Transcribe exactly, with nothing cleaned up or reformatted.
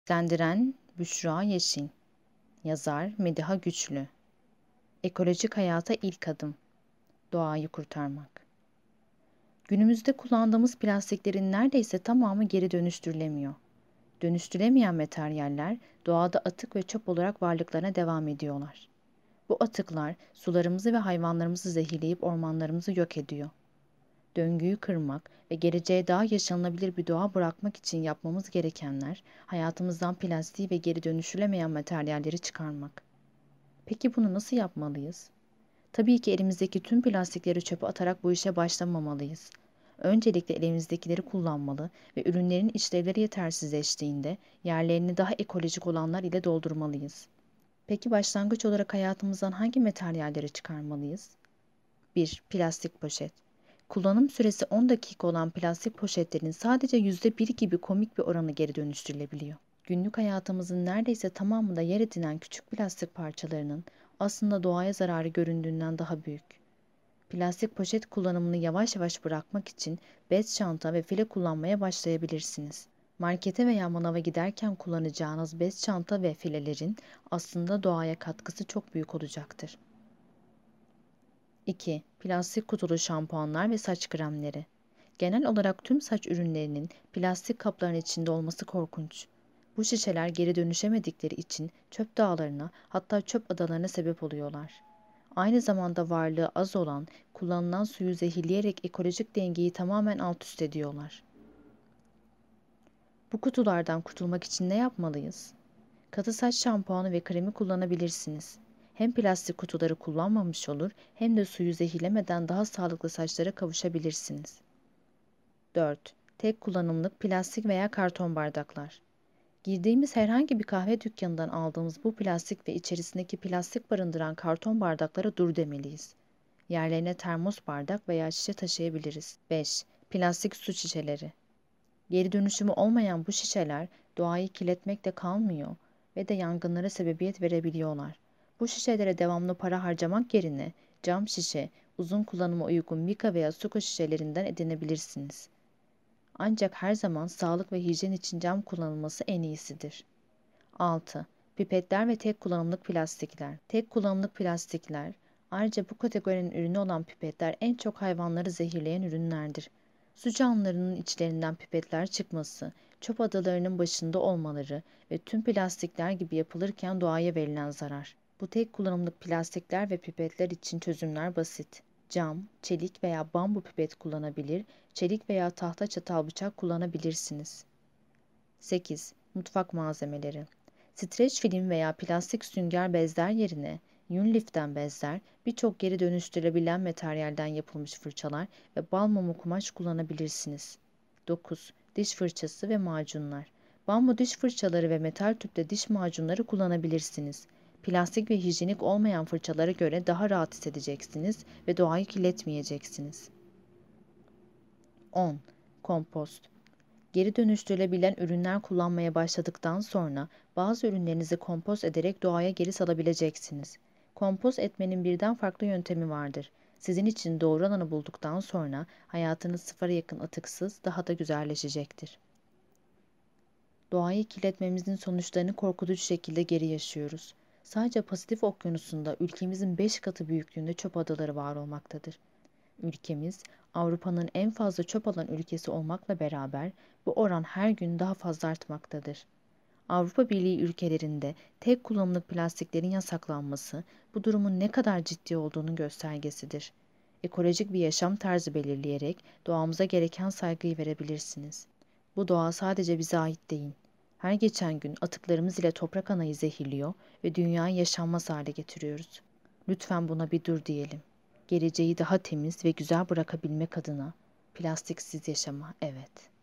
Seslendiren Büşra Yeşin. Yazar Mediha Güçlü. Ekolojik hayata ilk adım. Doğayı kurtarmak. Günümüzde kullandığımız plastiklerin neredeyse tamamı geri dönüştürülemiyor. Dönüştürülemeyen materyaller doğada atık ve çöp olarak varlıklarına devam ediyorlar. Bu atıklar sularımızı ve hayvanlarımızı zehirleyip ormanlarımızı yok ediyor. Döngüyü kırmak ve geleceğe daha yaşanılabilir bir doğa bırakmak için yapmamız gerekenler, hayatımızdan plastiği ve geri dönüştürülemeyen materyalleri çıkarmak. Peki bunu nasıl yapmalıyız? Tabii ki elimizdeki tüm plastikleri çöpe atarak bu işe başlamamalıyız. Öncelikle elimizdekileri kullanmalı ve ürünlerin işlevleri yetersizleştiğinde yerlerini daha ekolojik olanlar ile doldurmalıyız. Peki başlangıç olarak hayatımızdan hangi materyalleri çıkarmalıyız? bir. Plastik poşet. Kullanım süresi on dakika olan plastik poşetlerin sadece yüzde bir gibi komik bir oranı geri dönüştürülebiliyor. Günlük hayatımızın neredeyse tamamında yer edinen küçük plastik parçalarının aslında doğaya zararı göründüğünden daha büyük. Plastik poşet kullanımını yavaş yavaş bırakmak için bez çanta ve file kullanmaya başlayabilirsiniz. Markete veya manava giderken kullanacağınız bez çanta ve filelerin aslında doğaya katkısı çok büyük olacaktır. iki. Plastik kutulu şampuanlar ve saç kremleri. Genel olarak tüm saç ürünlerinin plastik kapların içinde olması korkunç. Bu şişeler geri dönüşemedikleri için çöp dağlarına, hatta çöp adalarına sebep oluyorlar. Aynı zamanda varlığı az olan, kullanılan suyu zehirleyerek ekolojik dengeyi tamamen alt üst ediyorlar. Bu kutulardan kurtulmak için ne yapmalıyız? Katı saç şampuanı ve kremi kullanabilirsiniz. Hem plastik kutuları kullanmamış olur hem de suyu zehirlemeden daha sağlıklı saçlara kavuşabilirsiniz. dört. Tek kullanımlık plastik veya karton bardaklar. Girdiğimiz herhangi bir kahve dükkanından aldığımız bu plastik ve içerisindeki plastik barındıran karton bardaklara dur demeliyiz. Yerlerine termos bardak veya şişe taşıyabiliriz. beş. Plastik su şişeleri. Geri dönüşümü olmayan bu şişeler doğayı kirletmekle kalmıyor ve de yangınlara sebebiyet verebiliyorlar. Bu şişelere devamlı para harcamak yerine cam şişe, uzun kullanıma uygun mika veya suko şişelerinden edinebilirsiniz. Ancak her zaman sağlık ve hijyen için cam kullanılması en iyisidir. altı. Pipetler ve tek kullanımlık plastikler. Tek kullanımlık plastikler, ayrıca bu kategorinin ürünü olan pipetler en çok hayvanları zehirleyen ürünlerdir. Su canlılarının içlerinden pipetler çıkması, çöp adalarının başında olmaları ve tüm plastikler gibi yapılırken doğaya verilen zarar. Bu tek kullanımlık plastikler ve pipetler için çözümler basit. Cam, çelik veya bambu pipet kullanabilir, çelik veya tahta çatal bıçak kullanabilirsiniz. sekiz. Mutfak malzemeleri. Streç film veya plastik sünger bezler yerine Unilif'ten bezler, birçok geri dönüştürülebilen materyalden yapılmış fırçalar ve bal mumu kumaş kullanabilirsiniz. dokuz. Diş fırçası ve macunlar. Bambu diş fırçaları ve metal tüpte diş macunları kullanabilirsiniz. Plastik ve hijyenik olmayan fırçalara göre daha rahat hissedeceksiniz ve doğayı kirletmeyeceksiniz. on. Kompost. Geri dönüştürülebilen ürünler kullanmaya başladıktan sonra bazı ürünlerinizi kompost ederek doğaya geri salabileceksiniz. Kompost etmenin birden farklı yöntemi vardır. Sizin için doğru alanı bulduktan sonra hayatınız sıfıra yakın atıksız daha da güzelleşecektir. Doğayı kirletmemizin sonuçlarını korkutucu şekilde geri yaşıyoruz. Sadece Pasifik Okyanusu'nda ülkemizin beş katı büyüklüğünde çöp adaları var olmaktadır. Ülkemiz, Avrupa'nın en fazla çöp alan ülkesi olmakla beraber bu oran her gün daha fazla artmaktadır. Avrupa Birliği ülkelerinde tek kullanımlık plastiklerin yasaklanması bu durumun ne kadar ciddi olduğunun göstergesidir. Ekolojik bir yaşam tarzı belirleyerek doğamıza gereken saygıyı verebilirsiniz. Bu doğa sadece bize ait değil. Her geçen gün atıklarımız ile toprak anayı zehirliyor ve dünyayı yaşanmaz hale getiriyoruz. Lütfen buna bir dur diyelim. Geleceği daha temiz ve güzel bırakabilmek adına plastiksiz yaşama, evet.